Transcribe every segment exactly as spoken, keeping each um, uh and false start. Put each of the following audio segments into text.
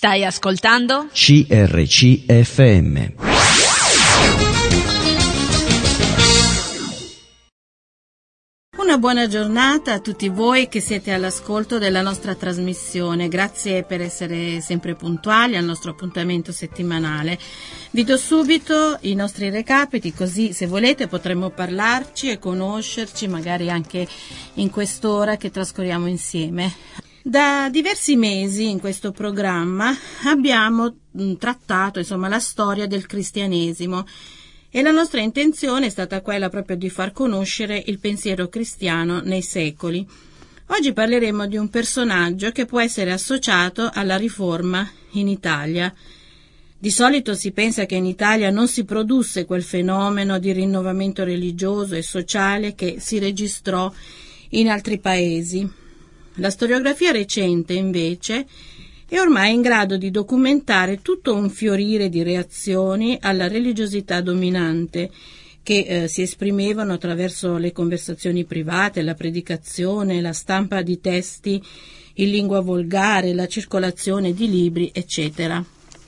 Stai ascoltando C R C F M. Una buona giornata a tutti voi che siete all'ascolto della nostra trasmissione. Grazie per essere sempre puntuali al nostro appuntamento settimanale. Vi do subito i nostri recapiti, così se volete potremo parlarci e conoscerci magari anche in quest'ora che trascorriamo insieme. Da diversi mesi in questo programma abbiamo trattato insomma la storia del cristianesimo. E la nostra intenzione è stata quella proprio di far conoscere il pensiero cristiano nei secoli. Oggi parleremo di un personaggio che può essere associato alla Riforma in Italia. Di solito si pensa che in Italia non si produsse quel fenomeno di rinnovamento religioso e sociale che si registrò in altri paesi. La storiografia recente, invece, è ormai in grado di documentare tutto un fiorire di reazioni alla religiosità dominante che eh, si esprimevano attraverso le conversazioni private, la predicazione, la stampa di testi in lingua volgare, la circolazione di libri, eccetera.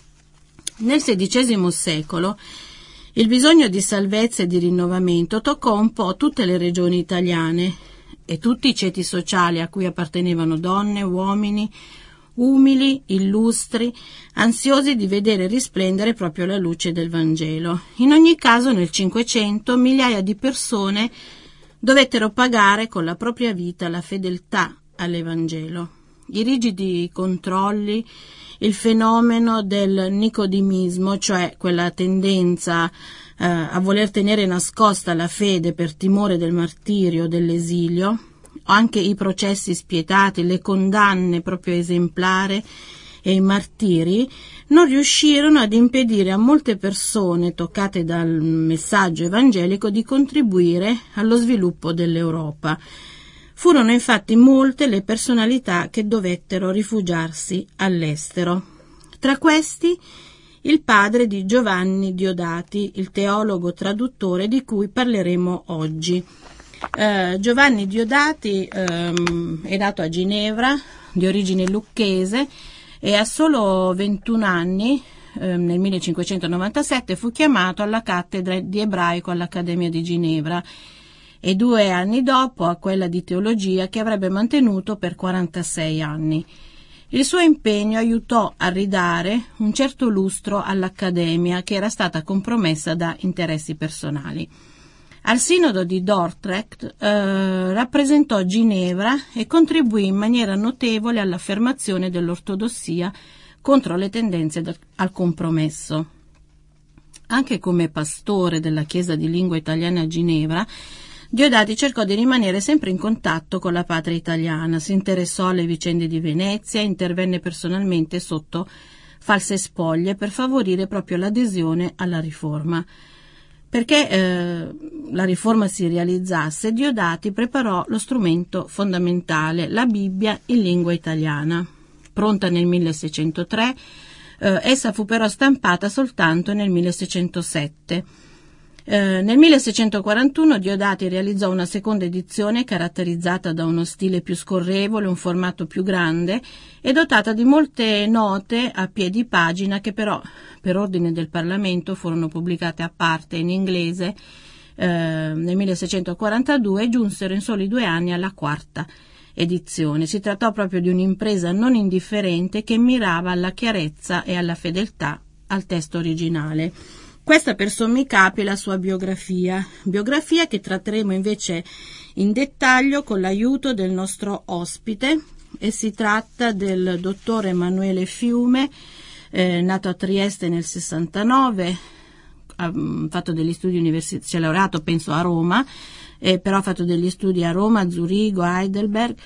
Nel sedicesimo secolo il bisogno di salvezza e di rinnovamento toccò un po' tutte le regioni italiane e tutti i ceti sociali a cui appartenevano donne, uomini, umili, illustri, ansiosi di vedere risplendere proprio la luce del Vangelo. In ogni caso, nel Cinquecento, migliaia di persone dovettero pagare con la propria vita la fedeltà all'Evangelo. I rigidi controlli, il fenomeno del nicodimismo, cioè quella tendenza eh, a voler tenere nascosta la fede per timore del martirio, dell'esilio, anche i processi spietati, le condanne proprio esemplari e i martiri non riuscirono ad impedire a molte persone toccate dal messaggio evangelico di contribuire allo sviluppo dell'Europa. Furono infatti molte le personalità che dovettero rifugiarsi all'estero. Tra questi il padre di Giovanni Diodati, il teologo traduttore di cui parleremo oggi. Uh, Giovanni Diodati um, è nato a Ginevra, di origine lucchese, e a solo ventuno anni, um, nel millecinquecentonovantasette, fu chiamato alla cattedra di ebraico all'Accademia di Ginevra e due anni dopo a quella di teologia che avrebbe mantenuto per quarantasei anni. Il suo impegno aiutò a ridare un certo lustro all'Accademia che era stata compromessa da interessi personali. Al Sinodo di Dordrecht eh, rappresentò Ginevra e contribuì in maniera notevole all'affermazione dell'ortodossia contro le tendenze del, al compromesso. Anche come pastore della Chiesa di lingua italiana a Ginevra, Diodati cercò di rimanere sempre in contatto con la patria italiana, si interessò alle vicende di Venezia e intervenne personalmente sotto false spoglie per favorire proprio l'adesione alla riforma. Perché eh, la riforma si realizzasse, Diodati preparò lo strumento fondamentale, la Bibbia in lingua italiana. Pronta nel milleseicentotre, eh, essa fu però stampata soltanto nel milleseicentosette. Eh, nel milleseicentoquarantuno Diodati realizzò una seconda edizione caratterizzata da uno stile più scorrevole, un formato più grande e dotata di molte note a piedi pagina che però, per ordine del Parlamento, furono pubblicate a parte in inglese eh, nel milleseicentoquarantadue e giunsero in soli due anni alla quarta edizione. Si trattò proprio di un'impresa non indifferente che mirava alla chiarezza e alla fedeltà al testo originale. Questa per sommi capi è la sua biografia, biografia che tratteremo invece in dettaglio con l'aiuto del nostro ospite, e si tratta del dottor Emanuele Fiume, eh, nato a Trieste nel sessantanove, ha fatto degli studi universitari, si è laureato penso a Roma, eh, però ha fatto degli studi a Roma, a Zurigo, a Heidelberg,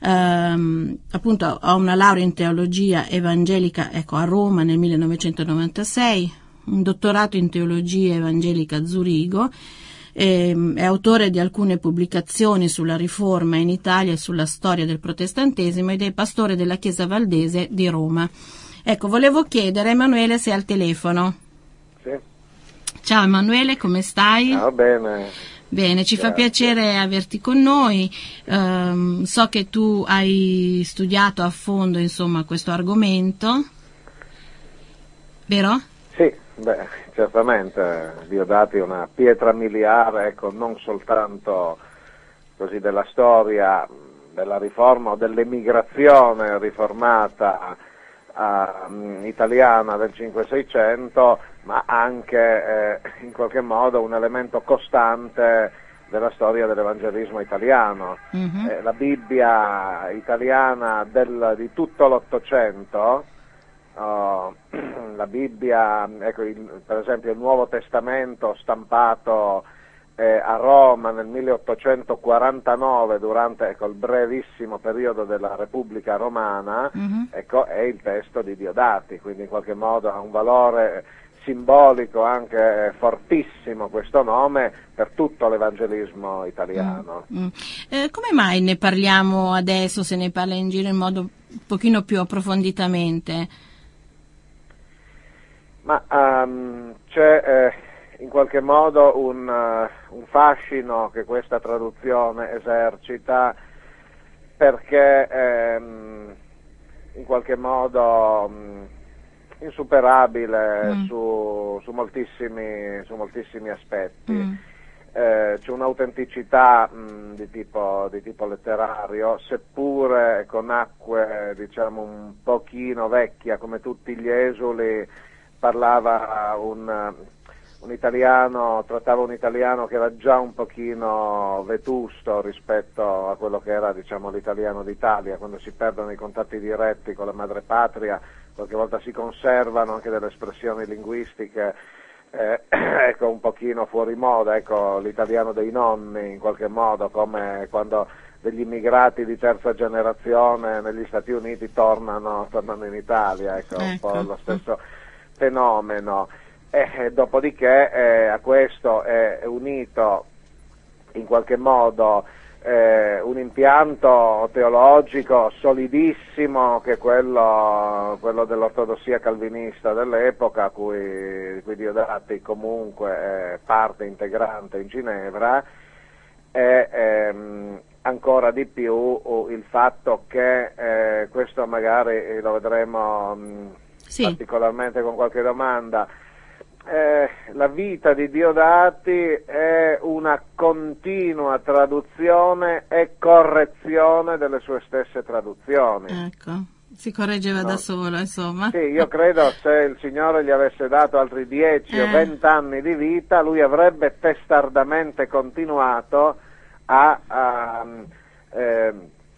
ehm, appunto ha una laurea in teologia evangelica ecco, a Roma nel millenovecentonovantasei, un dottorato in teologia evangelica a Zurigo, eh, è autore di alcune pubblicazioni sulla riforma in Italia e sulla storia del protestantesimo ed è pastore della Chiesa Valdese di Roma. Ecco, volevo chiedere, Emanuele, se è al telefono. Sì. Ciao Emanuele, come stai? Ciao, bene. Bene, ci Grazie. fa piacere averti con noi. Um, so che tu hai studiato a fondo, insomma, questo argomento. vero? Sì, beh, certamente Diodati è una pietra miliare, ecco, non soltanto così della storia della riforma o dell'emigrazione riformata uh, italiana del cinquecento-seicento, ma anche eh, in qualche modo un elemento costante della storia dell'evangelismo italiano. Mm-hmm. Eh, la Bibbia italiana del, di tutto l'Ottocento, uh, la Bibbia, ecco, il, per esempio il Nuovo Testamento stampato eh, a Roma nel milleottocentoquarantanove durante, ecco, il brevissimo periodo della Repubblica Romana, mm-hmm. ecco, è il testo di Diodati, quindi in qualche modo ha un valore simbolico anche fortissimo questo nome per tutto l'evangelismo italiano. Mm, mm. Eh, come mai ne parliamo adesso, se ne parla in giro in modo un pochino più approfonditamente? Ma um, c'è eh, in qualche modo un, uh, un fascino che questa traduzione esercita, perché ehm, in qualche modo um, insuperabile mm. su, su, moltissimi, su moltissimi aspetti. Mm. Eh, c'è un'autenticità mh, di, tipo, di tipo letterario, seppure con acque, diciamo, un pochino vecchia, come tutti gli esuli. Parlava un, un italiano, trattava un italiano che era già un pochino vetusto rispetto a quello che era, diciamo, l'italiano d'Italia. Quando si perdono i contatti diretti con la madrepatria, qualche volta si conservano anche delle espressioni linguistiche, eh, ecco, un pochino fuori moda, ecco, l'italiano dei nonni in qualche modo, come quando degli immigrati di terza generazione negli Stati Uniti tornano, tornano in Italia, ecco, ecco. Un po' lo stesso fenomeno. E dopodiché eh, a questo è unito in qualche modo eh, un impianto teologico solidissimo, che è quello, quello dell'ortodossia calvinista dell'epoca, cui, cui Diodati comunque è parte integrante in Ginevra, e ehm, ancora di più il fatto che eh, questo magari lo vedremo mh, sì. particolarmente con qualche domanda. Eh, la vita di Diodati è una continua traduzione e correzione delle sue stesse traduzioni. Ecco, si correggeva no? da solo, insomma. Sì, io credo se il Signore gli avesse dato altri dieci eh. o venti anni di vita, lui avrebbe testardamente continuato a, a eh,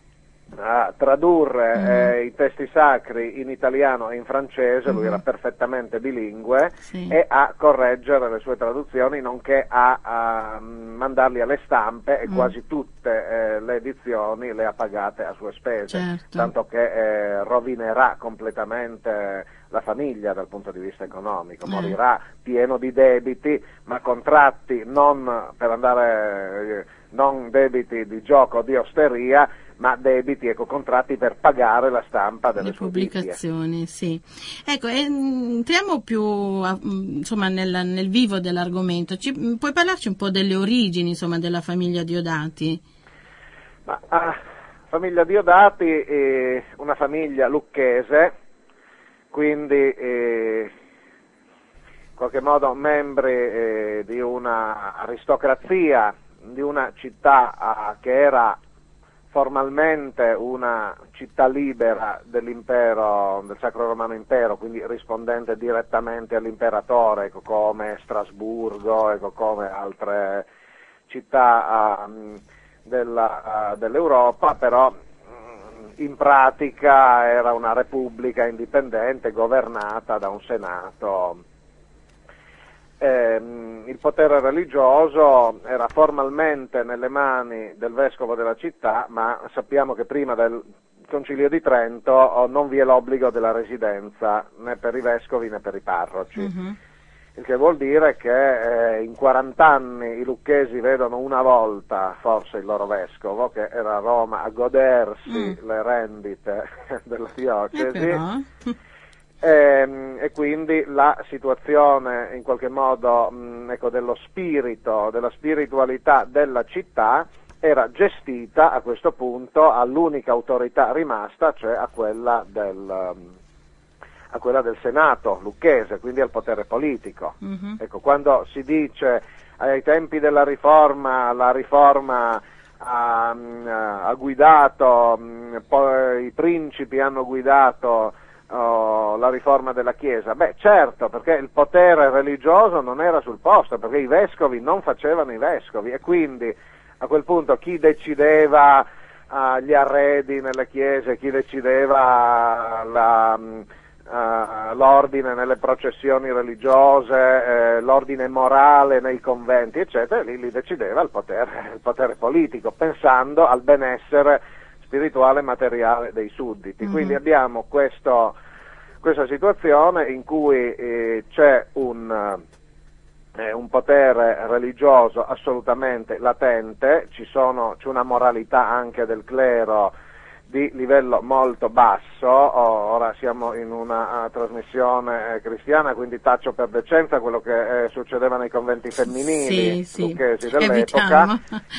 a tradurre mm. eh, i testi sacri in italiano e in francese, lui mm. era perfettamente bilingue, sì. e a correggere le sue traduzioni, nonché a, a mandarli alle stampe, e mm. quasi tutte eh, le edizioni le ha pagate a sue spese, certo. tanto che eh, rovinerà completamente la famiglia dal punto di vista economico, eh. morirà pieno di debiti, ma contratti non per andare, eh, non debiti di gioco o di osteria, ma debiti, ecco, contratti per pagare la stampa delle le sue pubblicazioni, sì. Ecco, entriamo più insomma nel, nel vivo dell'argomento. Ci, puoi parlarci un po' delle origini, insomma, della famiglia Diodati? Ma, ah, famiglia Diodati è una famiglia lucchese, quindi eh, in qualche modo membri eh, di una aristocrazia, di una città ah, che era formalmente una città libera dell'impero, del Sacro Romano Impero, quindi rispondente direttamente all'imperatore, ecco, come Strasburgo, ecco, come altre città uh, della, uh, dell'Europa, però uh, in pratica era una repubblica indipendente governata da un senato. Eh, il potere religioso era formalmente nelle mani del vescovo della città, ma sappiamo che prima del Concilio di Trento non vi è l'obbligo della residenza né per i vescovi né per i parroci, uh-huh. il che vuol dire che eh, in quaranta anni i lucchesi vedono una volta forse il loro vescovo, che era a Roma, a godersi uh. le rendite della diocesi. E, e quindi la situazione in qualche modo mh, ecco, dello spirito, della spiritualità della città era gestita a questo punto all'unica autorità rimasta, cioè a quella del, um, a quella del Senato lucchese, quindi al potere politico. Mm-hmm. Ecco, quando si dice ai tempi della riforma, la riforma ha, ha guidato, poi i principi hanno guidato oh, la riforma della Chiesa, beh certo, perché il potere religioso non era sul posto, perché i vescovi non facevano i vescovi, e quindi a quel punto chi decideva uh, gli arredi nelle chiese, chi decideva la, uh, l'ordine nelle processioni religiose, eh, l'ordine morale nei conventi, eccetera, lì li decideva il potere, il potere politico, pensando al benessere spirituale e materiale dei sudditi. Mm-hmm. Quindi abbiamo questo, questa situazione in cui eh, c'è un... Eh, un potere religioso assolutamente latente, ci sono, c'è una moralità anche del clero di livello molto basso. Oh, ora siamo in una uh, trasmissione eh, cristiana, quindi taccio per decenza quello che eh, succedeva nei conventi femminili sì, lucchesi sì, dell'epoca,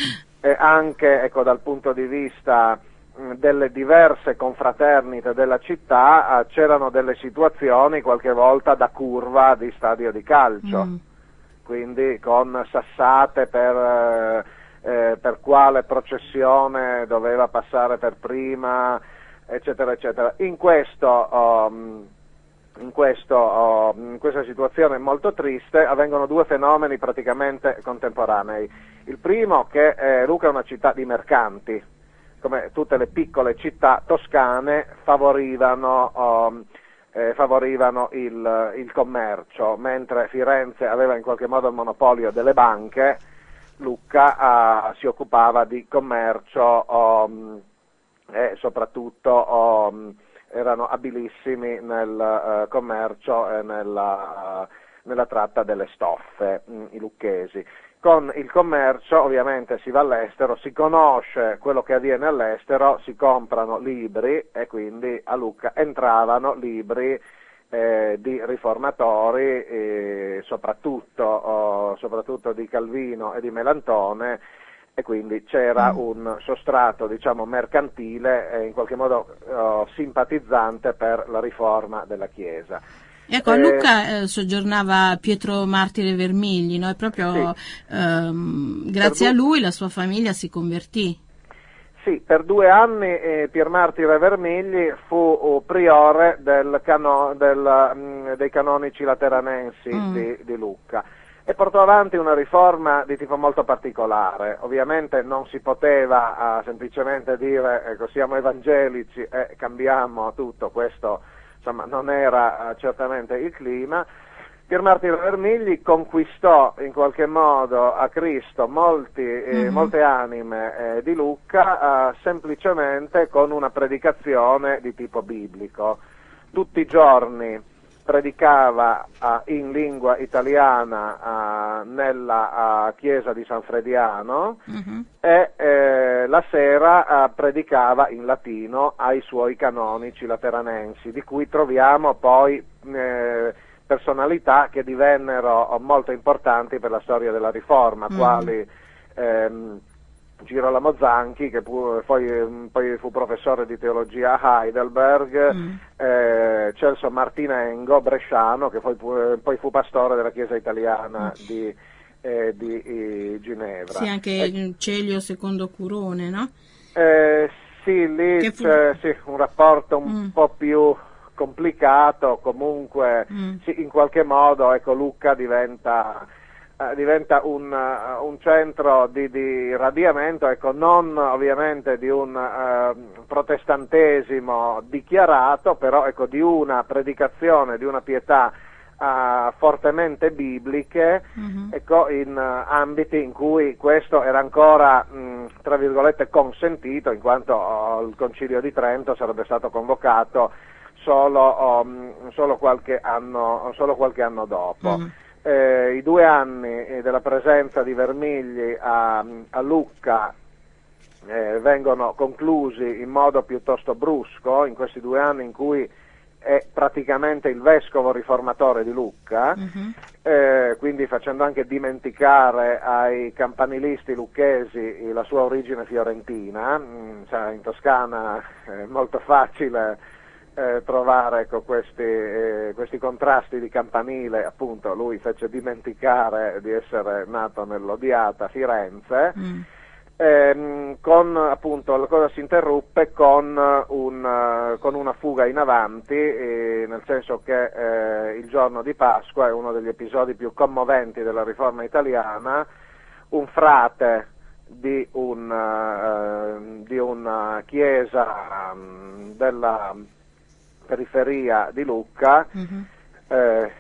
e anche ecco, dal punto di vista mh, delle diverse confraternite della città uh, c'erano delle situazioni qualche volta da curva di stadio di calcio. Mm. Quindi con sassate per, eh, per quale processione doveva passare per prima, eccetera, eccetera. In questo, um, in, questo uh, in questa situazione molto triste avvengono due fenomeni praticamente contemporanei. Il primo, che eh, Lucca è una città di mercanti, come tutte le piccole città toscane favorivano... Um, Eh, favorivano il, il commercio, mentre Firenze aveva in qualche modo il monopolio delle banche, Lucca ah, si occupava di commercio um, e soprattutto um, erano abilissimi nel uh, commercio e nella, uh, nella tratta delle stoffe, mh, i lucchesi. Con il commercio ovviamente si va all'estero, si conosce quello che avviene all'estero, si comprano libri e quindi a Lucca entravano libri eh, di riformatori, eh, soprattutto, oh, soprattutto di Calvino e di Melantone, e quindi c'era mm. un sostrato, diciamo, mercantile e in qualche modo oh, simpatizzante per la riforma della Chiesa. Ecco, a Lucca eh, soggiornava Pietro Martire Vermigli, no? E proprio sì. ehm, grazie per a lui la sua famiglia si convertì. Sì, per due anni eh, Pier Martire Vermigli fu uh, priore del cano, del, mh, dei canonici lateranensi mm. di, di Lucca, e portò avanti una riforma di tipo molto particolare. Ovviamente non si poteva uh, semplicemente dire ecco, siamo evangelici e cambiamo tutto questo. Insomma, non era uh, certamente il clima. Pier Martire Vermigli conquistò in qualche modo a Cristo molti, eh, mm-hmm. molte anime eh, di Lucca uh, semplicemente con una predicazione di tipo biblico. Tutti i giorni predicava uh, in lingua italiana uh, nella uh, chiesa di San Frediano mm-hmm. e eh, la sera uh, predicava in latino ai suoi canonici lateranensi, di cui troviamo poi eh, personalità che divennero molto importanti per la storia della Riforma, mm-hmm. quali ehm, Girolamo Zanchi, che pu- poi, poi fu professore di teologia a Heidelberg, mm. eh, Celso Martinengo, bresciano, che poi, pu- poi fu pastore della Chiesa italiana mm. di, eh, di eh, Ginevra. Sì, anche eh, Celio secondo Curone, no? Eh, sì, lì fu... c'è sì, un rapporto un mm. po' più complicato, comunque mm. sì, in qualche modo ecco, Lucca diventa... diventa un, uh, un centro di, di radiamento, ecco, non ovviamente di un uh, protestantesimo dichiarato, però ecco, di una predicazione, di una pietà uh, fortemente bibliche, mm-hmm. ecco, in uh, ambiti in cui questo era ancora, mh, tra virgolette, consentito, in quanto uh, il Concilio di Trento sarebbe stato convocato solo, um, solo, qualche, anno, solo qualche anno dopo. Mm-hmm. Eh, I due anni eh, della presenza di Vermigli a, a Lucca eh, vengono conclusi in modo piuttosto brusco, in questi due anni in cui è praticamente il vescovo riformatore di Lucca, mm-hmm. eh, quindi facendo anche dimenticare ai campanilisti lucchesi la sua origine fiorentina. Mm, cioè, in Toscana è molto facile eh, trovare ecco, questi, eh, questi contrasti di campanile. Appunto lui fece dimenticare di essere nato nell'odiata Firenze. Mm. Ehm, con appunto la cosa si interruppe con, un, con una fuga in avanti, eh, nel senso che eh, il giorno di Pasqua è uno degli episodi più commoventi della riforma italiana. Un frate di, un, uh, di una chiesa um, della periferia di Lucca mm-hmm. eh,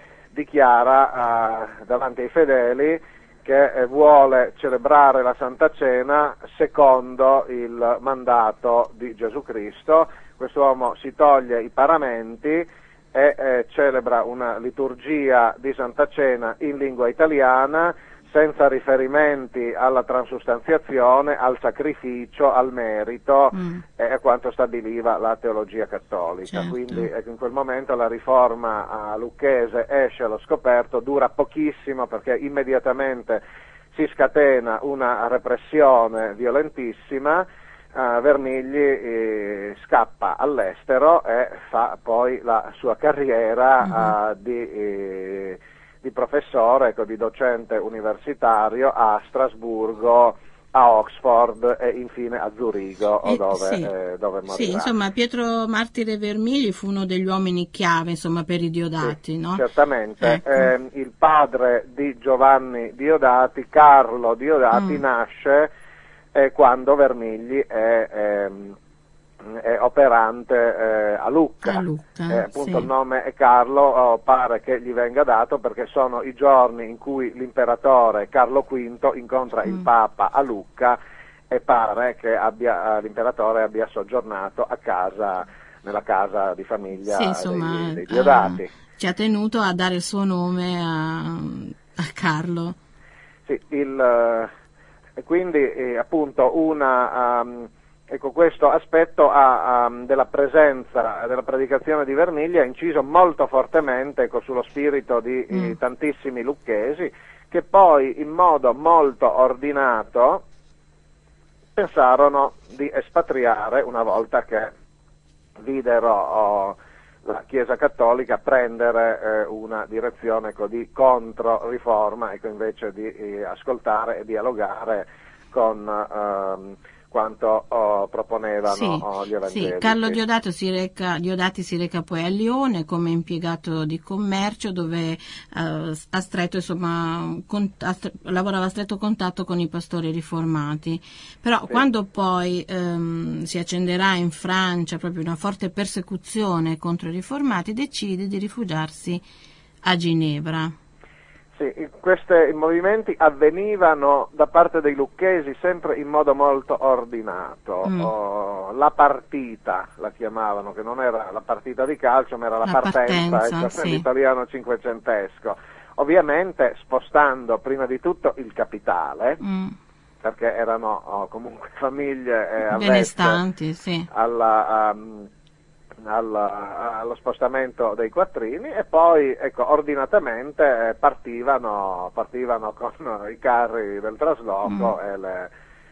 dichiara uh, davanti ai fedeli che eh, vuole celebrare la Santa Cena secondo il mandato di Gesù Cristo. Quest'uomo si toglie i paramenti e eh, celebra una liturgia di Santa Cena in lingua italiana, senza riferimenti alla transustanziazione, al sacrificio, al merito mm. e a quanto stabiliva la teologia cattolica. Certo. Quindi ecco, in quel momento la riforma lucchese esce allo scoperto, dura pochissimo perché immediatamente si scatena una repressione violentissima. Uh, Vermigli eh, scappa all'estero e fa poi la sua carriera mm-hmm. uh, di... Eh, di professore, ecco, di docente universitario a Strasburgo, a Oxford e infine a Zurigo, eh, dove, sì. eh, dove morirà. Sì, insomma, Pietro Martire Vermigli fu uno degli uomini chiave, insomma, per i Diodati, sì, no? Certamente. Ecco. Eh, il padre di Giovanni Diodati, Carlo Diodati, mm. nasce eh, quando Vermigli è... Ehm, è operante eh, a Lucca, a Lucca eh, appunto sì. Il nome è Carlo, oh, pare che gli venga dato perché sono i giorni in cui l'imperatore Carlo quinto incontra mm. il Papa a Lucca e pare che abbia, l'imperatore abbia soggiornato a casa, nella casa di famiglia sì, insomma, dei, dei Diodati. Uh, ci ha tenuto a dare il suo nome a, a Carlo. Sì, il, uh, quindi eh, appunto una... Um, Ecco, questo aspetto ha, um, della presenza della predicazione di Vermigli ha inciso molto fortemente ecco, sullo spirito di mm. eh, tantissimi lucchesi, che poi in modo molto ordinato pensarono di espatriare una volta che videro oh, la Chiesa Cattolica prendere eh, una direzione ecco, di controriforma, ecco, invece di eh, ascoltare e dialogare con... Um, quanto oh, proponevano sì, oh, gli evangelici. Sì, Carlo Diodati si, reca, Diodati si reca poi a Lione come impiegato di commercio, dove uh, ha stretto, insomma, cont- ha stre- lavorava a stretto contatto con i pastori riformati. Però sì. quando poi um, si accenderà in Francia proprio una forte persecuzione contro i riformati, decide di rifugiarsi a Ginevra. Sì, questi movimenti avvenivano da parte dei lucchesi sempre in modo molto ordinato. Mm. Oh, la partita la chiamavano, che non era la partita di calcio, ma era la, la partenza, partenza ecco, sì. l'italiano cinquecentesco. Ovviamente spostando prima di tutto il capitale, mm. perché erano oh, comunque famiglie eh, benestanti, sì. alla... Um, Al, allo spostamento dei quattrini e poi ecco ordinatamente partivano, partivano con i carri del trasloco mm. e, le,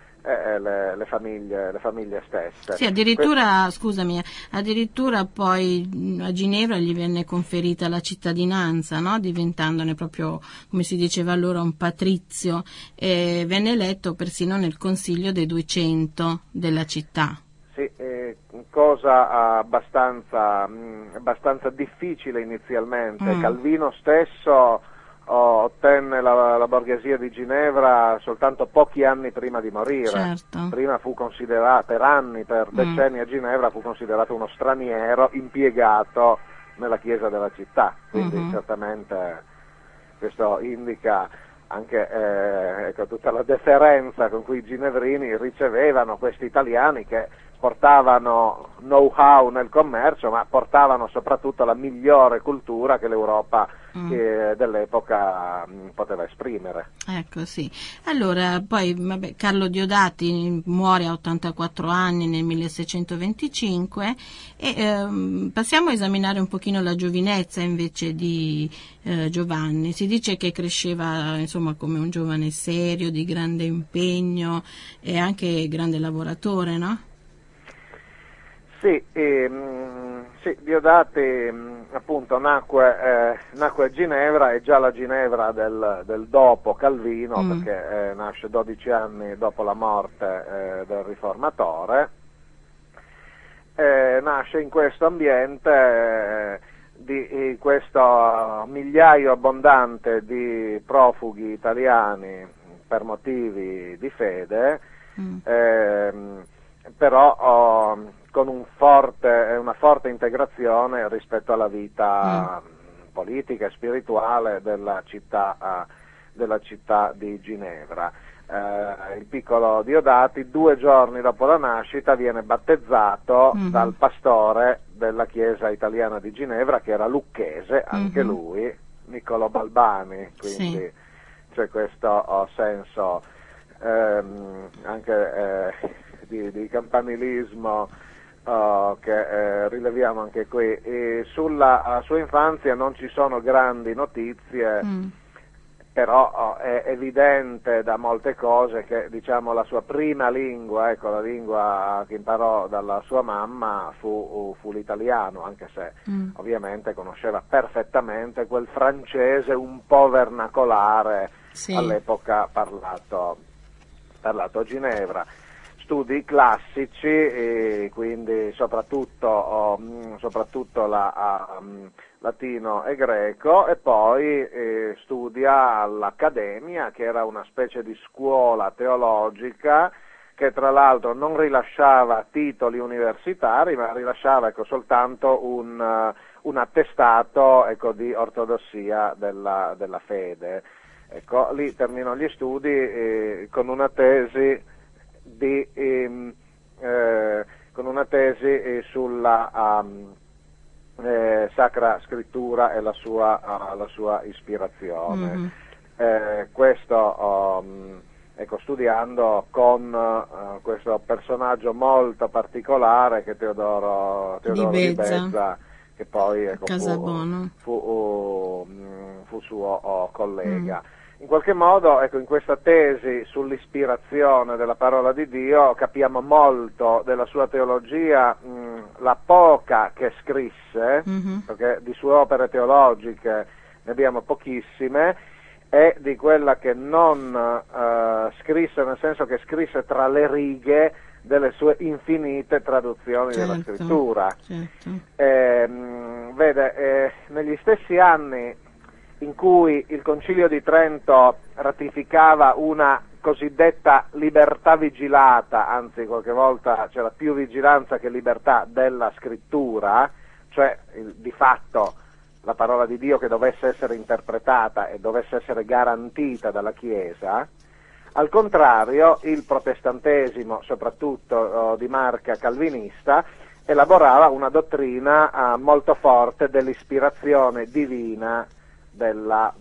e le, le, famiglie, le famiglie stesse. Sì, addirittura, Questo... scusami, addirittura poi a Ginevra gli venne conferita la cittadinanza, no? Diventandone proprio, come si diceva allora, un patrizio, e venne eletto persino nel consiglio dei duecento della città. Sì, eh, cosa abbastanza, mh, abbastanza difficile inizialmente. Mm. Calvino stesso oh, ottenne la, la borghesia di Ginevra soltanto pochi anni prima di morire. Certo. Prima fu considerato, per anni, per decenni mm. a Ginevra fu considerato uno straniero impiegato nella chiesa della città, quindi mm-hmm. certamente questo indica anche eh, ecco, tutta la deferenza con cui i ginevrini ricevevano questi italiani che portavano know-how nel commercio, ma portavano soprattutto la migliore cultura che l'Europa mm. eh, dell'epoca mh, poteva esprimere. Ecco, sì. Allora, poi vabbè, Carlo Diodati muore a ottantaquattro anni nel milleseicentoventicinque e ehm, passiamo a esaminare un pochino la giovinezza invece di eh, Giovanni. Si dice che cresceva insomma come un giovane serio, di grande impegno e anche grande lavoratore, no? Sì, ehm, sì, Diodati mh, appunto nacque, eh, nacque a Ginevra, è già la Ginevra del, del dopo Calvino, mm. perché eh, nasce dodici anni dopo la morte eh, del riformatore, eh, nasce in questo ambiente eh, di, di questo migliaio abbondante di profughi italiani per motivi di fede, mm. ehm, però oh, con un forte, una forte integrazione rispetto alla vita mm. politica e spirituale della città, della città di Ginevra. Eh, il piccolo Diodati, due giorni dopo la nascita, viene battezzato mm-hmm. dal pastore della chiesa italiana di Ginevra, che era lucchese, anche mm-hmm. lui, Niccolò Balbani, quindi sì. c'è questo oh, senso ehm, anche eh, di, di campanilismo uh, che eh, rileviamo anche qui. E sulla sua infanzia non ci sono grandi notizie, mm. però oh, è evidente da molte cose che, diciamo, la sua prima lingua, ecco, la lingua che imparò dalla sua mamma fu, fu l'italiano, anche se mm. ovviamente conosceva perfettamente quel francese un po' vernacolare, sì. all'epoca parlato, parlato a Ginevra. Studi classici, e quindi soprattutto, oh, soprattutto la, um, latino e greco, e poi eh, studia all'Accademia, che era una specie di scuola teologica che tra l'altro non rilasciava titoli universitari, ma rilasciava, ecco, soltanto un, uh, un attestato, ecco, di ortodossia della, della fede. Ecco, lì terminò gli studi eh, con una tesi Di, ehm, eh, con una tesi eh, sulla um, eh, Sacra Scrittura e la sua, uh, la sua ispirazione. Mm-hmm. Eh, questo um, ecco, studiando con uh, questo personaggio molto particolare che è Teodoro, Teodoro Di Bezza, Di Bezza, che poi, ecco, fu, fu, uh, fu suo uh, collega. Mm. In qualche modo, ecco, in questa tesi sull'ispirazione della parola di Dio capiamo molto della sua teologia, mh, la poca che scrisse, mm-hmm. perché di sue opere teologiche ne abbiamo pochissime, e di quella che non uh, scrisse, nel senso che scrisse tra le righe delle sue infinite traduzioni, certo, della scrittura. Certo. Eh, mh, vede, eh, negli stessi anni in cui il Concilio di Trento ratificava una cosiddetta libertà vigilata, anzi qualche volta c'era più vigilanza che libertà della scrittura, cioè il, di fatto la parola di Dio che dovesse essere interpretata e dovesse essere garantita dalla Chiesa. Al contrario, il protestantesimo, soprattutto oh, di marca calvinista, elaborava una dottrina uh, molto forte dell'ispirazione divina Della,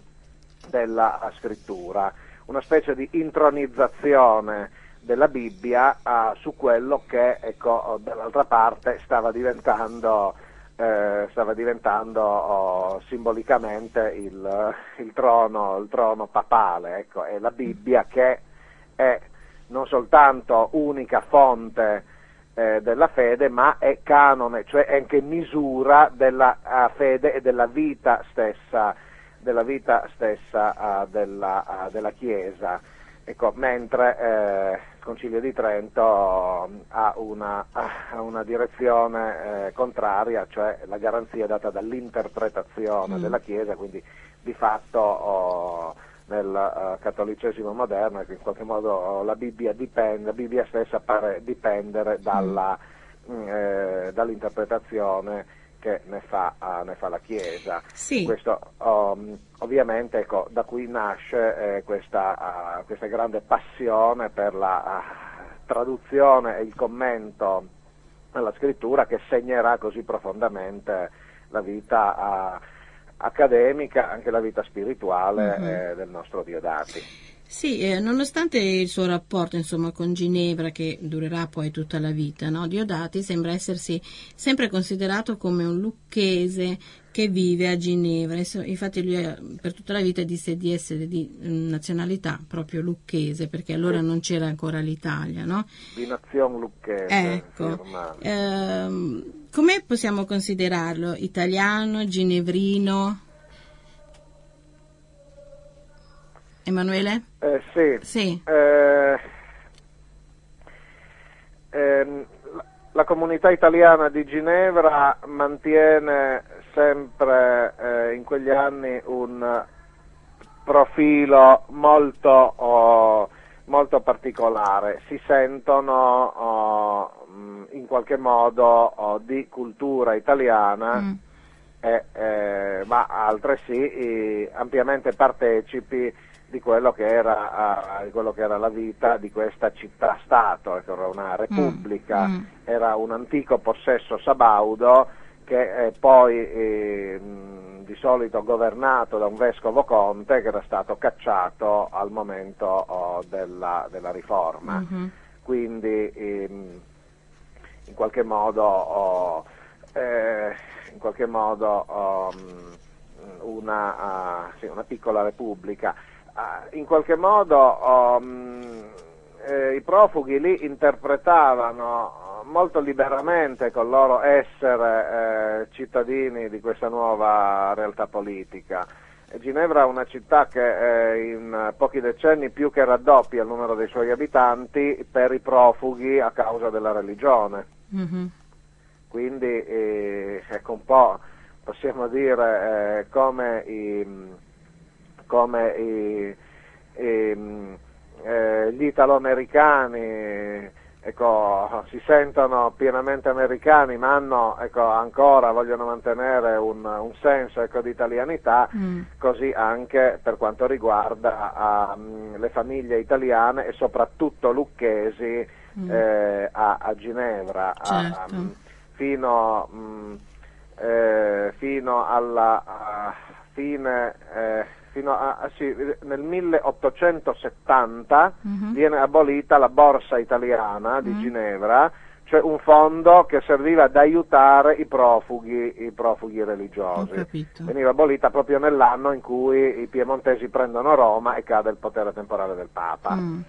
della scrittura, una specie di intronizzazione della Bibbia uh, su quello che, ecco, dall'altra parte stava diventando, eh, stava diventando oh, simbolicamente il, il, trono, il trono papale, ecco, è la Bibbia che è non soltanto unica fonte eh, della fede, ma è canone, cioè è anche misura della uh, fede e della vita stessa della vita stessa uh, della, uh, della Chiesa, ecco, mentre eh, il Concilio di Trento uh, ha, una, uh, ha una direzione eh, contraria, cioè la garanzia data dall'interpretazione mm. della Chiesa, quindi di fatto oh, nel uh, cattolicesimo moderno, ecco, in qualche modo oh, la Bibbia dipende, la Bibbia stessa pare dipendere dalla, mm. eh, dall'interpretazione che ne fa, uh, ne fa la Chiesa. Sì. Questo um, ovviamente, ecco, da cui nasce eh, questa, uh, questa grande passione per la uh, traduzione e il commento alla scrittura, che segnerà così profondamente la vita uh, accademica, anche la vita spirituale mm-hmm. eh, del nostro Diodati. Sì, eh, nonostante il suo rapporto insomma con Ginevra, che durerà poi tutta la vita, no? Diodati sembra essersi sempre considerato come un lucchese che vive a Ginevra. Infatti lui per tutta la vita disse di essere di nazionalità proprio lucchese, perché allora non c'era ancora l'Italia, no? Di nazione lucchese. Ecco, ehm, come possiamo considerarlo? Italiano, ginevrino? Emanuele? Eh, sì. Sì. Eh, ehm, la, la comunità italiana di Ginevra mantiene sempre eh, in quegli anni un profilo molto, oh, molto particolare. Si sentono oh, in qualche modo oh, di cultura italiana, mm. e, eh, ma altresì eh, ampiamente partecipi di quello che era, uh, di quello che era la vita di questa città-stato. Era una repubblica, mm. Mm. era un antico possesso sabaudo che eh, poi eh, di solito governato da un vescovo conte che era stato cacciato al momento oh, della, della riforma. Mm-hmm. Quindi ehm, in qualche modo oh, eh, in qualche modo oh, una, uh, sì, una piccola repubblica. In qualche modo um, eh, i profughi lì interpretavano molto liberamente col loro essere eh, cittadini di questa nuova realtà politica. E Ginevra è una città che eh, in pochi decenni più che raddoppia il numero dei suoi abitanti per i profughi a causa della religione. Mm-hmm. Quindi eh, ecco un po', possiamo dire, eh, come i come i, i, eh, gli italo-americani ecco, si sentono pienamente americani, ma hanno ecco, ancora, vogliono mantenere un, un senso ecco, di italianità, mm. così anche per quanto riguarda uh, le famiglie italiane e soprattutto lucchesi mm. eh, a, a Ginevra. Certo. A, um, fino, um, eh, fino alla uh, fine... Eh, Fino a, a, sì, nel milleottocentosettanta uh-huh. viene abolita la Borsa Italiana di uh-huh. Ginevra, cioè un fondo che serviva ad aiutare i profughi, i profughi religiosi. Veniva abolita proprio nell'anno in cui i piemontesi prendono Roma e cade il potere temporale del Papa. Uh-huh.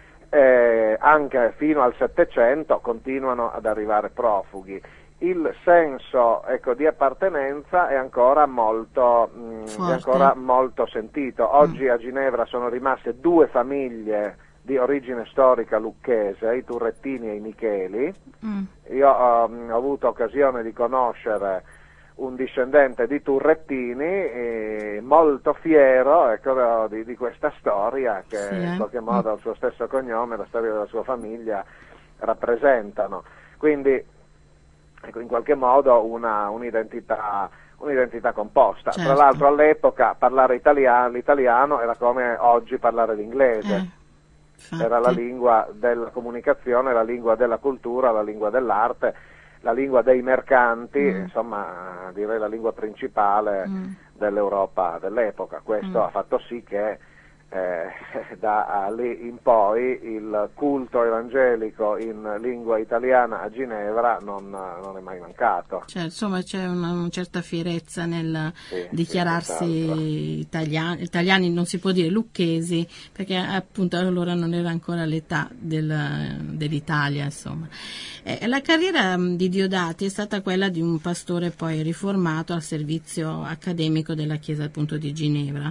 Eh, anche fino al Settecento continuano ad arrivare profughi. Il senso ecco, di appartenenza è ancora molto, mh, è ancora molto sentito. Oggi mm. a Ginevra sono rimaste due famiglie di origine storica lucchese, i Turrettini e i Micheli. Mm. Io um, ho avuto occasione di conoscere un discendente di Turrettini, eh, molto fiero ecco, di, di questa storia che sì, in qualche modo mm. il suo stesso cognome, la storia della sua famiglia rappresentano. Quindi ecco, in qualche modo una, un'identità, un'identità composta. Certo. Tra l'altro all'epoca parlare italiano, l'italiano era come oggi parlare l'inglese, eh, era la lingua della comunicazione, la lingua della cultura, la lingua dell'arte, la lingua dei mercanti, mm. insomma direi la lingua principale mm. dell'Europa dell'epoca. Questo mm. ha fatto sì che Eh, da lì in poi il culto evangelico in lingua italiana a Ginevra non, non è mai mancato. Cioè, insomma c'è una, una certa fierezza nel sì, dichiararsi sì, italiani, italiani, non si può dire lucchesi, perché appunto allora non era ancora l'età del, dell'Italia, insomma. Eh, la carriera di Diodati è stata quella di un pastore poi riformato al servizio accademico della Chiesa appunto di Ginevra.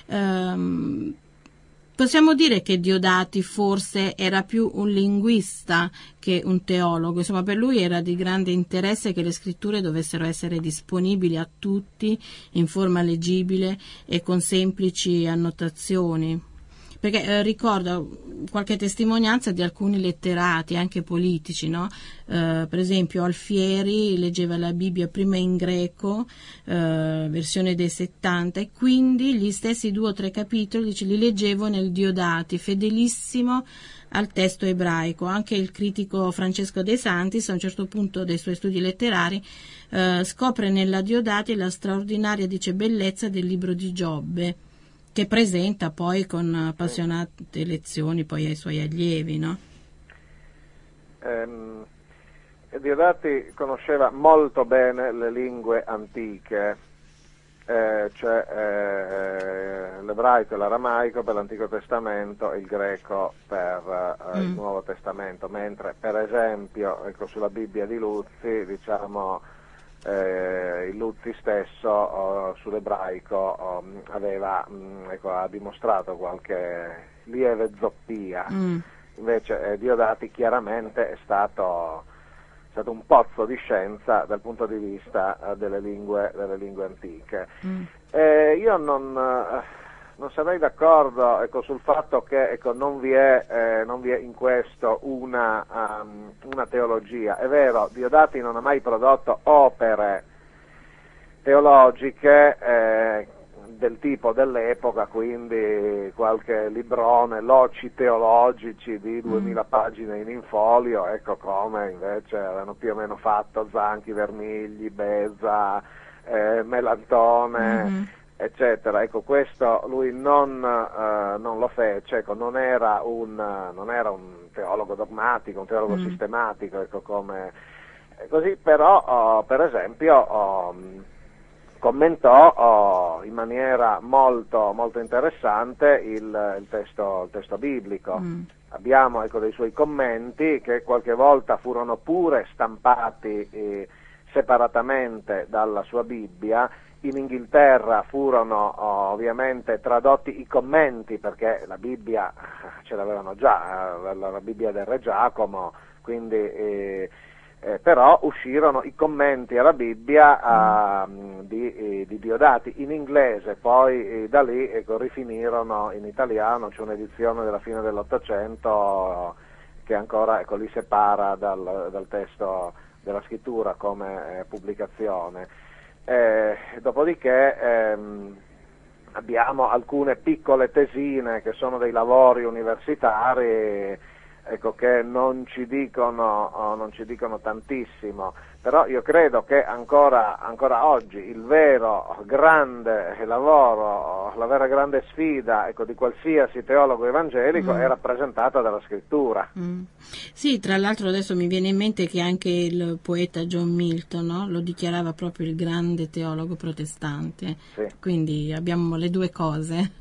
Ehm, Possiamo dire che Diodati forse era più un linguista che un teologo, insomma per lui era di grande interesse che le scritture dovessero essere disponibili a tutti in forma leggibile e con semplici annotazioni. Perché eh, ricordo qualche testimonianza di alcuni letterati, anche politici, no? Eh, per esempio Alfieri leggeva la Bibbia prima in greco, eh, versione dei settanta, e quindi gli stessi due o tre capitoli dice, li leggevo nel Diodati, fedelissimo al testo ebraico. Anche il critico Francesco De Santis, a un certo punto dei suoi studi letterari, eh, scopre nella Diodati la straordinaria, dice, bellezza del libro di Giobbe. che presenta poi con appassionate lezioni poi ai suoi allievi, no? Ehm, Diodati conosceva molto bene le lingue antiche, eh, cioè eh, l'ebraico e l'aramaico per l'Antico Testamento e il greco per eh, mm. il Nuovo Testamento, mentre per esempio ecco, sulla Bibbia di Luzzi, diciamo, eh, il Luzzi stesso oh, sull'ebraico oh, aveva mh, ecco, ha dimostrato qualche lieve zoppia, mm. invece eh, Diodati chiaramente è stato È stato un pozzo di scienza dal punto di vista uh, delle, lingue, delle lingue antiche. Mm. Eh, io non, uh, non sarei d'accordo ecco, sul fatto che ecco, non, vi è, eh, non vi è in questo una, um, una teologia. È vero, Diodati non ha mai prodotto opere teologiche eh, del tipo dell'epoca, quindi qualche librone, loci teologici di duemila mm. pagine in infolio, ecco come invece avevano più o meno fatto Zanchi, Vermigli, Beza, eh, Melantone, mm-hmm. eccetera. Ecco, questo lui non, eh, non lo fece, ecco, non era un, non era un teologo dogmatico, un teologo mm. sistematico, ecco come così, però oh, per esempio oh, commentò oh, in maniera molto, molto interessante il, il, testo, il testo biblico. Mm. Abbiamo ecco, dei suoi commenti che qualche volta furono pure stampati eh, separatamente dalla sua Bibbia. In Inghilterra furono oh, ovviamente tradotti i commenti, perché la Bibbia ce l'avevano già, la, la Bibbia del Re Giacomo, quindi eh, Eh, però uscirono i commenti alla Bibbia uh, di, eh, di Diodati in inglese, poi eh, da lì ecco, rifinirono in italiano. C'è un'edizione della fine dell'Ottocento che ancora ecco, li separa dal, dal testo della scrittura come eh, pubblicazione. Eh, dopodiché ehm, abbiamo alcune piccole tesine che sono dei lavori universitari, ecco, che non ci dicono, oh, non ci dicono tantissimo, però io credo che ancora, ancora oggi il vero grande lavoro, la vera grande sfida ecco, di qualsiasi teologo evangelico mm. è rappresentata dalla scrittura. Mm. Sì, tra l'altro adesso mi viene in mente che anche il poeta John Milton, no? Lo dichiarava proprio il grande teologo protestante, sì. Quindi abbiamo le due cose.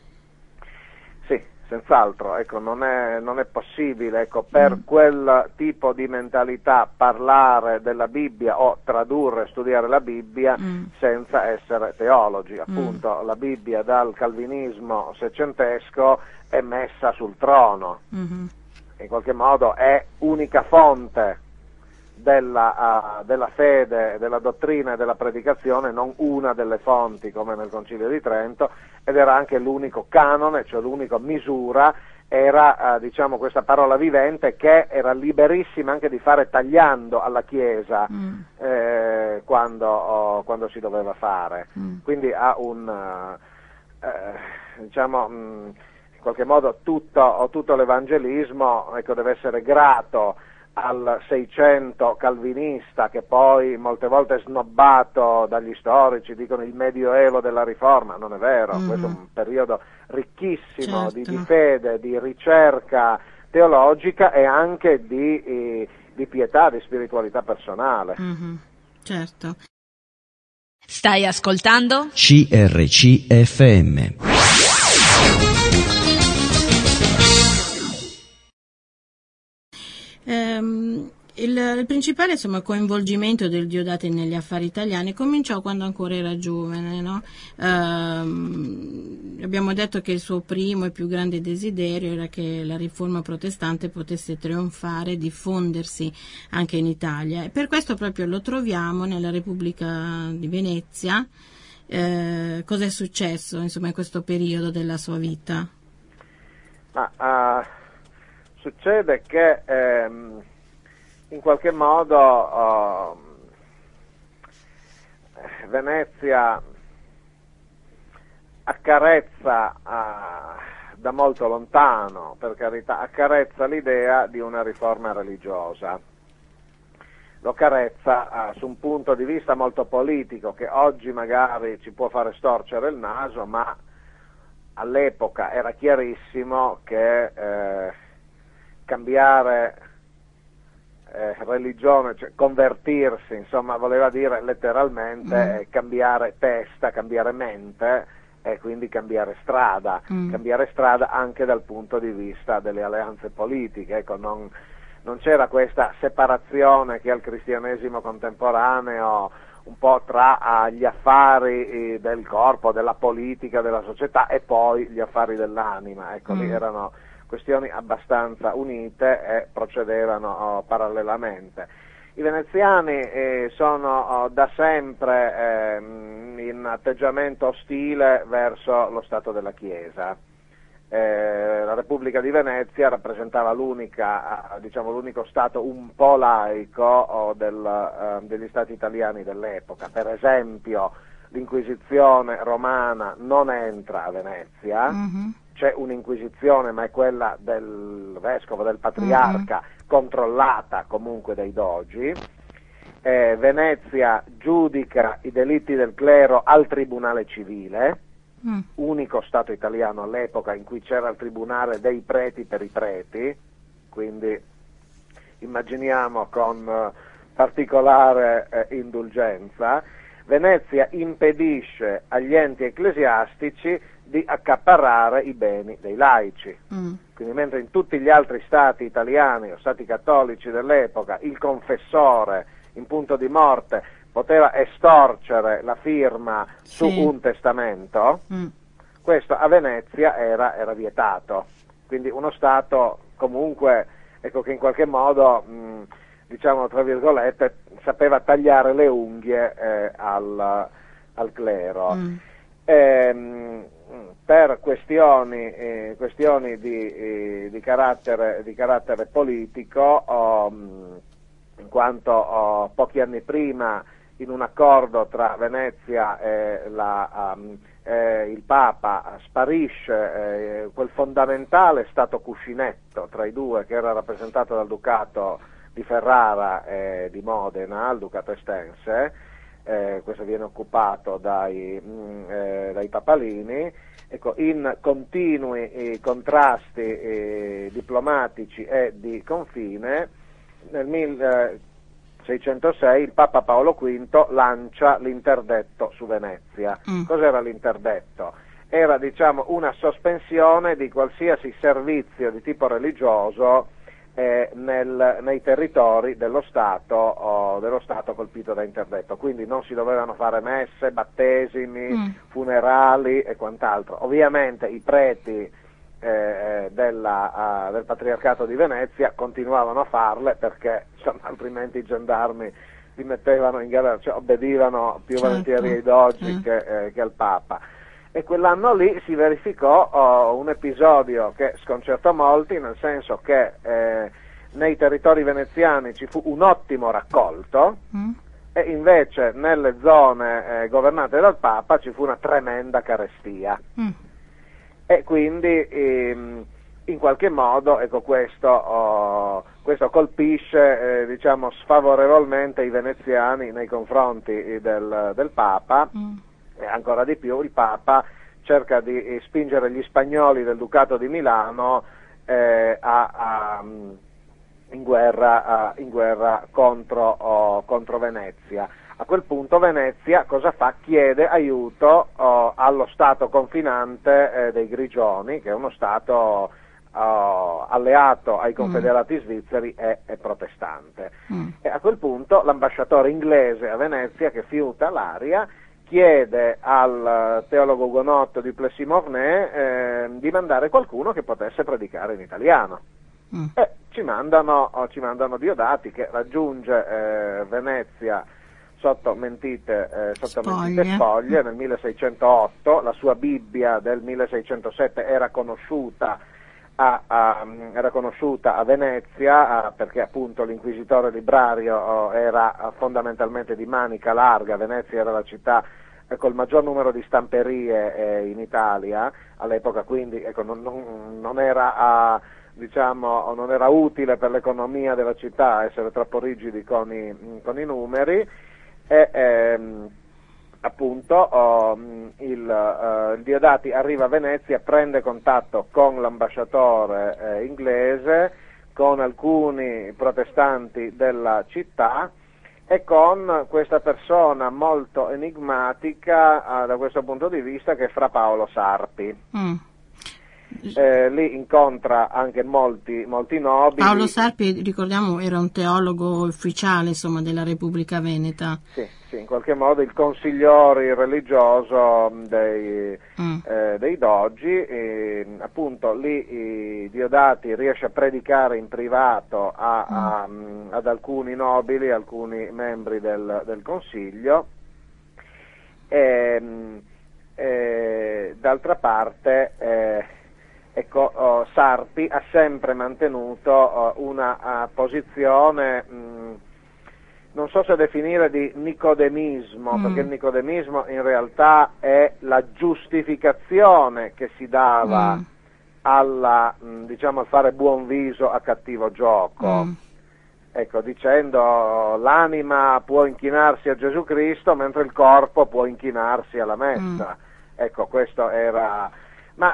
Senz'altro, ecco, non è, non è possibile ecco, per mm. quel tipo di mentalità parlare della Bibbia o tradurre, studiare la Bibbia mm. senza essere teologi. Appunto, mm. la Bibbia dal calvinismo seicentesco è messa sul trono, mm-hmm. in qualche modo è unica fonte della, uh, della fede, della dottrina e della predicazione, non una delle fonti come nel Concilio di Trento, ed era anche l'unico canone, cioè l'unica misura, era uh, diciamo questa parola vivente che era liberissima anche di fare tagliando alla Chiesa mm. eh, quando, oh, quando si doveva fare. Mm. Quindi ha un, uh, eh, diciamo, mh, in qualche modo tutto, tutto l'evangelismo ecco, deve essere grato al Seicento calvinista, che poi molte volte è snobbato dagli storici, dicono il medioevo della Riforma. Non è vero, mm-hmm. questo è un periodo ricchissimo, certo. di, di fede, di ricerca teologica e anche di, eh, di pietà, di spiritualità personale. Mm-hmm. Certo. Stai ascoltando? C R C F M. Um, il, il principale insomma, coinvolgimento del Diodati negli affari italiani cominciò quando ancora era giovane, no? Um, abbiamo detto che il suo primo e più grande desiderio era che la riforma protestante potesse trionfare e diffondersi anche in Italia, e per questo proprio lo troviamo nella Repubblica di Venezia. Eh, cosa è successo insomma, in questo periodo della sua vita? Ma, uh... Succede che ehm, in qualche modo oh, Venezia accarezza ah, da molto lontano, per carità, accarezza l'idea di una riforma religiosa. Lo carezza ah, su un punto di vista molto politico che oggi magari ci può fare storcere il naso, ma all'epoca era chiarissimo che eh, cambiare eh, religione, cioè convertirsi, insomma, voleva dire letteralmente mm. eh, cambiare testa, cambiare mente e quindi cambiare strada, mm. cambiare strada anche dal punto di vista delle alleanze politiche, ecco, non, non c'era questa separazione che al cristianesimo contemporaneo un po' tra gli affari del corpo, della politica, della società e poi gli affari dell'anima, ecco, mm. lì erano questioni abbastanza unite e procedevano oh, parallelamente. I veneziani eh, sono oh, da sempre eh, in atteggiamento ostile verso lo Stato della Chiesa. Eh, la Repubblica di Venezia rappresentava l'unica, eh, diciamo, l'unico Stato un po' laico oh, del, eh, degli Stati italiani dell'epoca. Per esempio, l'Inquisizione romana non entra a Venezia. Mm-hmm. C'è un'inquisizione, ma è quella del vescovo, del patriarca, mm-hmm. controllata comunque dai dogi. Eh, Venezia giudica i delitti del clero al tribunale civile, mm. unico Stato italiano all'epoca in cui c'era il tribunale dei preti per i preti, quindi immaginiamo con eh, particolare eh, indulgenza. Venezia impedisce agli enti ecclesiastici di accaparrare i beni dei laici. Mm. Quindi mentre in tutti gli altri stati italiani o stati cattolici dell'epoca il confessore in punto di morte poteva estorcere la firma sì. su un testamento, mm. questo a Venezia era, era vietato. Quindi uno Stato comunque, ecco, che in qualche modo, mh, diciamo tra virgolette, sapeva tagliare le unghie eh, al, al clero. Mm. Ehm, per questioni, eh, questioni di, eh, di, carattere, di carattere politico, oh, in quanto oh, pochi anni prima in un accordo tra Venezia e la, um, eh, il Papa sparisce eh, quel fondamentale stato cuscinetto tra i due che era rappresentato dal Ducato di Ferrara e di Modena, il Ducato Estense. Eh, questo viene occupato dai, mh, eh, dai papalini, ecco, in continui eh, contrasti eh, diplomatici e di confine. Nel milleseicentosei il Papa Paolo quinto lancia l'interdetto su Venezia. Mm. Cos'era l'interdetto? Era, diciamo, una sospensione di qualsiasi servizio di tipo religioso Eh, nel, nei territori dello Stato, oh, dello Stato colpito da interdetto, quindi non si dovevano fare messe, battesimi, mm. funerali e quant'altro. Ovviamente i preti eh, della, uh, del Patriarcato di Venezia continuavano a farle perché insomma, altrimenti i gendarmi li mettevano in galera, cioè obbedivano più certo. volentieri ai dogi mm. che, eh, che al Papa. E quell'anno lì si verificò oh, un episodio che sconcertò molti, nel senso che eh, nei territori veneziani ci fu un ottimo raccolto mm. e invece nelle zone eh, governate dal Papa ci fu una tremenda carestia. Mm. E quindi ehm, in qualche modo ecco, questo, oh, questo colpisce eh, diciamo, sfavorevolmente i veneziani nei confronti del, del Papa. Mm. E ancora di più il Papa cerca di eh, spingere gli spagnoli del Ducato di Milano eh, a, a, in guerra, a, in guerra contro, oh, contro Venezia. A quel punto Venezia cosa fa? Chiede aiuto oh, allo Stato confinante eh, dei Grigioni, che è uno Stato oh, alleato ai confederati mm. svizzeri e, e protestante. Mm. E a quel punto l'ambasciatore inglese a Venezia, che fiuta l'aria, chiede al teologo ugonotto di Plessis-Mornay eh, di mandare qualcuno che potesse predicare in italiano. Mm. E ci mandano, oh, ci mandano Diodati, che raggiunge eh, Venezia sotto mentite, eh, sotto spoglie. mentite spoglie nel milleseicentotto. La sua Bibbia del milleseicentosette era conosciuta a, a, era conosciuta a Venezia a, perché appunto l'inquisitore librario oh, era fondamentalmente di manica larga. Venezia era la città eh, col maggior numero di stamperie eh, in Italia all'epoca, quindi ecco, non, non, non era a, diciamo, non era utile per l'economia della città essere troppo rigidi con i, con i numeri. E, ehm, appunto oh, il, uh, il Diodati arriva a Venezia, prende contatto con l'ambasciatore eh, inglese, con alcuni protestanti della città e con questa persona molto enigmatica uh, da questo punto di vista, che è Fra Paolo Sarpi. Mm. Eh, lì incontra anche molti, molti nobili. Paolo Sarpi, ricordiamo, era un teologo ufficiale, insomma, della Repubblica Veneta. Sì, sì, in qualche modo il consigliore religioso dei, mm. eh, dei dogi. E, appunto lì i Diodati riesce a predicare in privato a, mm. a, ad alcuni nobili, alcuni membri del, del consiglio. E, e, d'altra parte eh, ecco, oh, Sarpi ha sempre mantenuto oh, una uh, posizione, mh, non so se definire di nicodemismo, mm. perché il nicodemismo in realtà è la giustificazione che si dava mm. alla, mh, diciamo, al fare buon viso a cattivo gioco. Mm. Ecco, dicendo l'anima può inchinarsi a Gesù Cristo mentre il corpo può inchinarsi alla messa. Mm. Ecco, questo era... Ma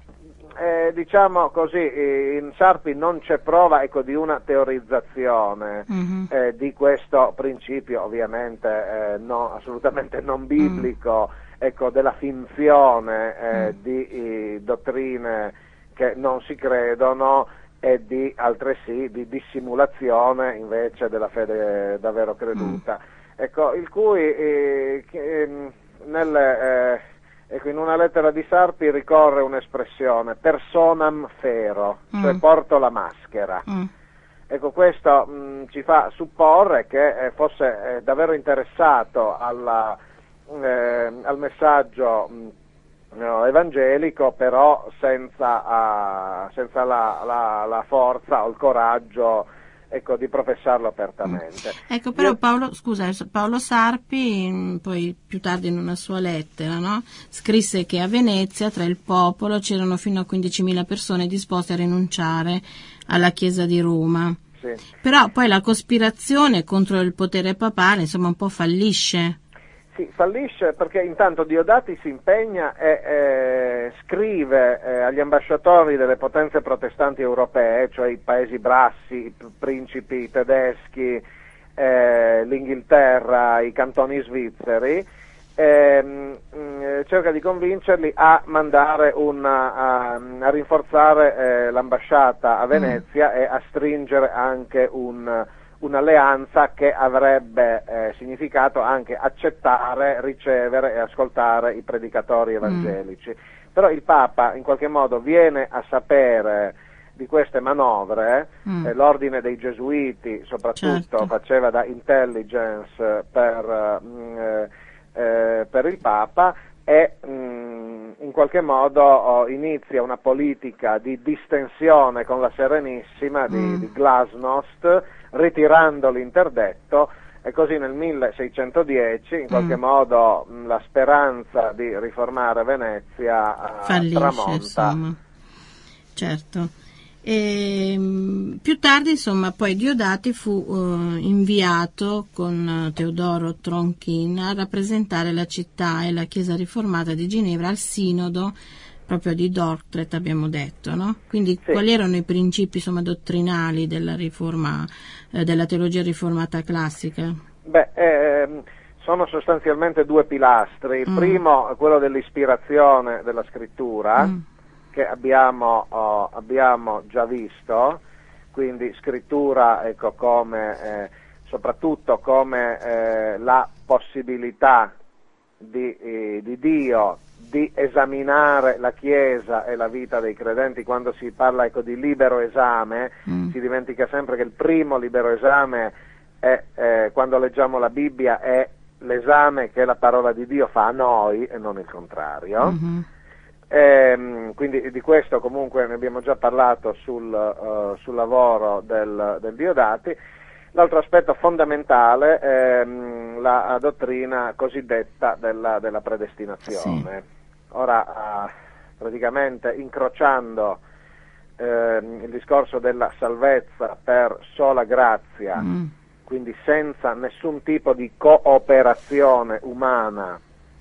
eh, diciamo così, in Sarpi non c'è prova, ecco, di una teorizzazione mm-hmm. eh, di questo principio, ovviamente eh, no, assolutamente non biblico, mm. ecco, della finzione eh, mm. di eh, dottrine che non si credono, e di altresì di dissimulazione invece della fede davvero creduta. Mm. Ecco, il cui eh, che, nelle, eh, ecco, in una lettera di Sarpi ricorre un'espressione personam fero, mm. cioè porto la maschera. Mm. Ecco, questo mh, ci fa supporre che eh, fosse eh, davvero interessato alla, eh, al messaggio mh, No, evangelico, però senza, uh, senza la, la, la forza o il coraggio, ecco, di professarlo apertamente. Ecco, però Io... Paolo, scusa, Paolo Sarpi, poi più tardi in una sua lettera, no? scrisse che a Venezia tra il popolo c'erano fino a quindicimila persone disposte a rinunciare alla Chiesa di Roma. Sì. Però poi la cospirazione contro il potere papale, insomma, un po' fallisce. Sì, fallisce perché intanto Diodati si impegna e eh, scrive eh, agli ambasciatori delle potenze protestanti europee, cioè i paesi brassi, i principi tedeschi, eh, l'Inghilterra, i cantoni svizzeri, ehm, cerca di convincerli a mandare una, a, a rinforzare eh, l'ambasciata a Venezia mm. e a stringere anche un un'alleanza che avrebbe eh, significato anche accettare, ricevere e ascoltare i predicatori evangelici. Mm. Però il Papa in qualche modo viene a sapere di queste manovre, mm. eh, l'ordine dei Gesuiti soprattutto certo. faceva da intelligence per, mh, eh, per il Papa e mh, in qualche modo oh, inizia una politica di distensione con la Serenissima di, mm. di glasnost, ritirando l'interdetto, e così nel milleseicentodieci in qualche mm. modo mh, la speranza di riformare Venezia fallisce, tramonta. Insomma. Certo. E, mh, più tardi, insomma, poi Diodati fu uh, inviato con uh, Teodoro Tronchin a rappresentare la città e la Chiesa riformata di Ginevra al sinodo proprio di Dordrecht, abbiamo detto, no? Quindi sì. quali erano i principi, insomma, dottrinali della riforma, eh, della teologia riformata classica? Beh, eh, sono sostanzialmente due pilastri. Il mm. primo è quello dell'ispirazione della scrittura, mm. che abbiamo, oh, abbiamo già visto, quindi scrittura, ecco, come eh, soprattutto come eh, la possibilità di, eh, di Dio di esaminare la Chiesa e la vita dei credenti. Quando si parla, ecco, di libero esame, mm. si dimentica sempre che il primo libero esame è, eh, quando leggiamo la Bibbia, è l'esame che la parola di Dio fa a noi e non il contrario. Mm-hmm. E, quindi di questo comunque ne abbiamo già parlato sul, uh, sul lavoro del, del Diodati. L'altro aspetto fondamentale è mh, la dottrina cosiddetta della, della predestinazione. Sì. Ora, uh, praticamente incrociando eh, il discorso della salvezza per sola grazia, mm. quindi senza nessun tipo di cooperazione umana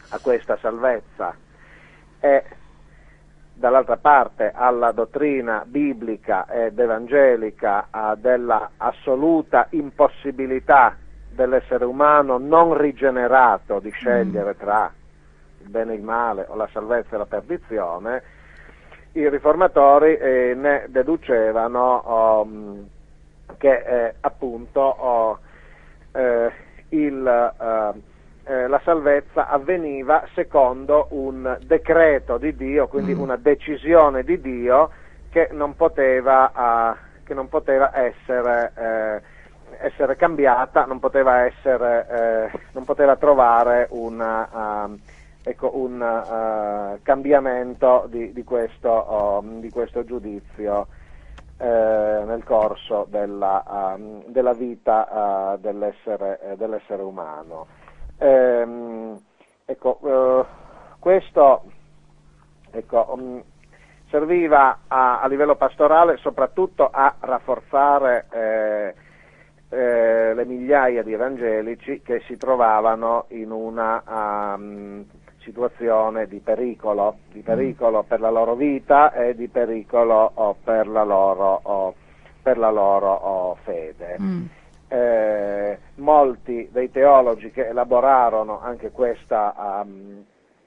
a questa salvezza e dall'altra parte alla dottrina biblica ed evangelica della assoluta impossibilità dell'essere umano non rigenerato di scegliere tra il bene e il male o la salvezza e la perdizione, i riformatori eh, ne deducevano um, che eh, appunto oh, eh, il, eh, eh, la salvezza avveniva secondo un decreto di Dio, quindi mm. una decisione di Dio che non poteva, uh, che non poteva essere, eh, essere cambiata, non poteva, essere, eh, non poteva trovare una, uh, ecco, un uh, cambiamento di, di, questo, uh, di questo giudizio eh, nel corso della, uh, della vita uh, dell'essere, uh, dell'essere umano. Ehm, ecco, uh, questo ecco, um, serviva a, a livello pastorale soprattutto a rafforzare eh, eh, le migliaia di evangelici che si trovavano in una um, situazione di pericolo, di pericolo per la loro vita e di pericolo oh, per la loro, oh, per la loro oh, fede. Mm. Eh, molti dei teologi che elaborarono anche questa, um,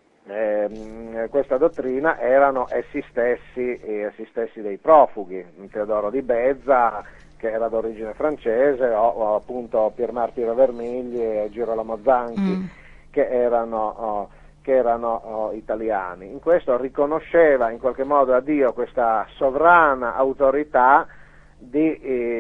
eh, questa dottrina erano essi stessi, essi stessi dei profughi, Teodoro di Bezza, che era d'origine francese, o, o appunto Pier Martiro Vermigli e Girolamo Zanchi, mm. che erano... Oh, che erano oh, italiani. In questo riconosceva in qualche modo a Dio questa sovrana autorità di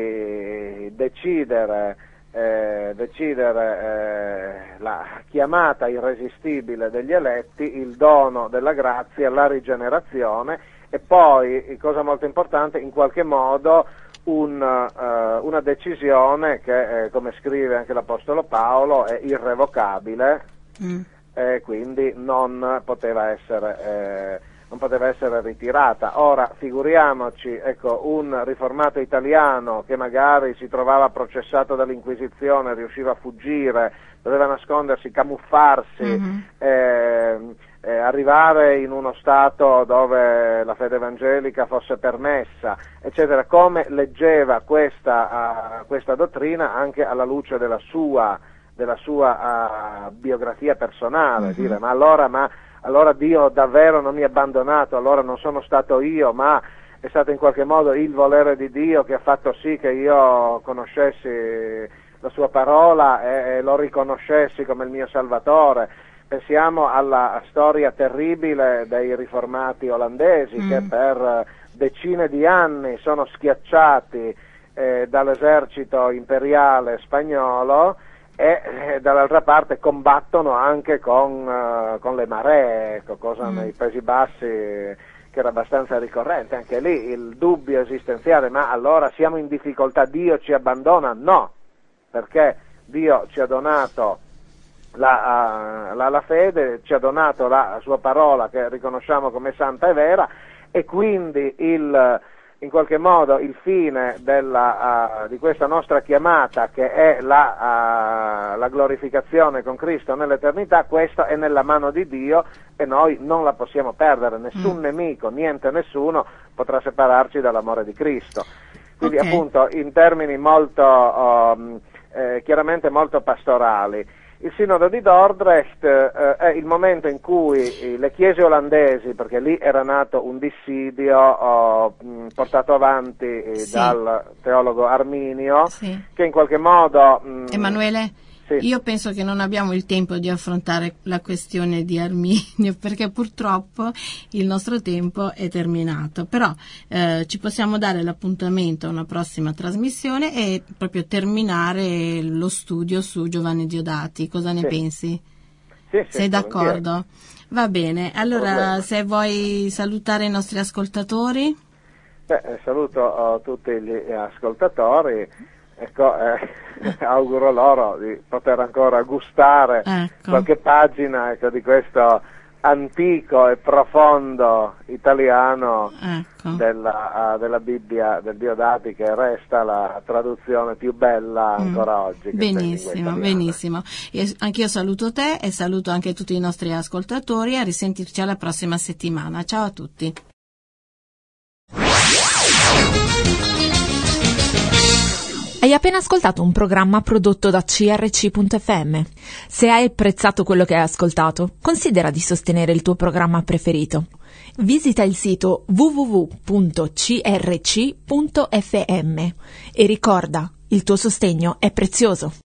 eh, decidere, eh, decidere eh, la chiamata irresistibile degli eletti, il dono della grazia, la rigenerazione e poi, cosa molto importante, in qualche modo un, uh, una decisione che, eh, come scrive anche l'Apostolo Paolo, è irrevocabile. Mm. E quindi non poteva essere, eh, non poteva essere ritirata. Ora figuriamoci, ecco, un riformato italiano che magari si trovava processato dall'Inquisizione, riusciva a fuggire, doveva nascondersi, camuffarsi, mm-hmm. eh, eh, arrivare in uno stato dove la fede evangelica fosse permessa, eccetera. Come leggeva questa, uh, questa dottrina anche alla luce della sua della sua uh, biografia personale, mm-hmm. dire ma allora, ma allora Dio davvero non mi ha abbandonato, allora non sono stato io, ma è stato in qualche modo il volere di Dio che ha fatto sì che io conoscessi la sua parola e, e lo riconoscessi come il mio Salvatore. Pensiamo alla storia terribile dei riformati olandesi mm. che per decine di anni sono schiacciati eh, dall'esercito imperiale spagnolo e eh, dall'altra parte combattono anche con, uh, con le maree, ecco, cosa mm. nei Paesi Bassi che era abbastanza ricorrente, anche lì il dubbio esistenziale, ma allora siamo in difficoltà, Dio ci abbandona? No, perché Dio ci ha donato la, uh, la, la fede, ci ha donato la sua parola che riconosciamo come santa e vera e quindi il... in qualche modo il fine della, uh, di questa nostra chiamata, che è la, uh, la glorificazione con Cristo nell'eternità, questo è nella mano di Dio e noi non la possiamo perdere, nessun mm. nemico, niente, nessuno potrà separarci dall'amore di Cristo. Quindi okay. appunto in termini molto, um, eh, chiaramente molto pastorali. Il Sinodo di Dordrecht eh, è il momento in cui eh, le chiese olandesi, perché lì era nato un dissidio oh, mh, portato avanti eh, sì. dal teologo Arminio, sì. che in qualche modo... Mh, Emanuele, sì. io penso che non abbiamo il tempo di affrontare la questione di Arminio, perché purtroppo il nostro tempo è terminato, però eh, ci possiamo dare l'appuntamento a una prossima trasmissione e proprio terminare lo studio su Giovanni Diodati. Cosa ne sì. pensi? Sì, sì, sei d'accordo? Va bene, allora se vuoi salutare i nostri ascoltatori. Beh, saluto uh, tutti gli ascoltatori, ecco, eh, auguro loro di poter ancora gustare ecco. qualche pagina ecco, di questo antico e profondo italiano ecco. della, uh, della Bibbia del Diodati, che resta la traduzione più bella ancora mm. oggi. Che benissimo, benissimo. Io, anch'io saluto te e saluto anche tutti i nostri ascoltatori, a risentirci alla prossima settimana. Ciao a tutti. Hai appena ascoltato un programma prodotto da C R C punto F M. Se hai apprezzato quello che hai ascoltato, considera di sostenere il tuo programma preferito. Visita il sito w w w punto c r c punto f m e ricorda, il tuo sostegno è prezioso.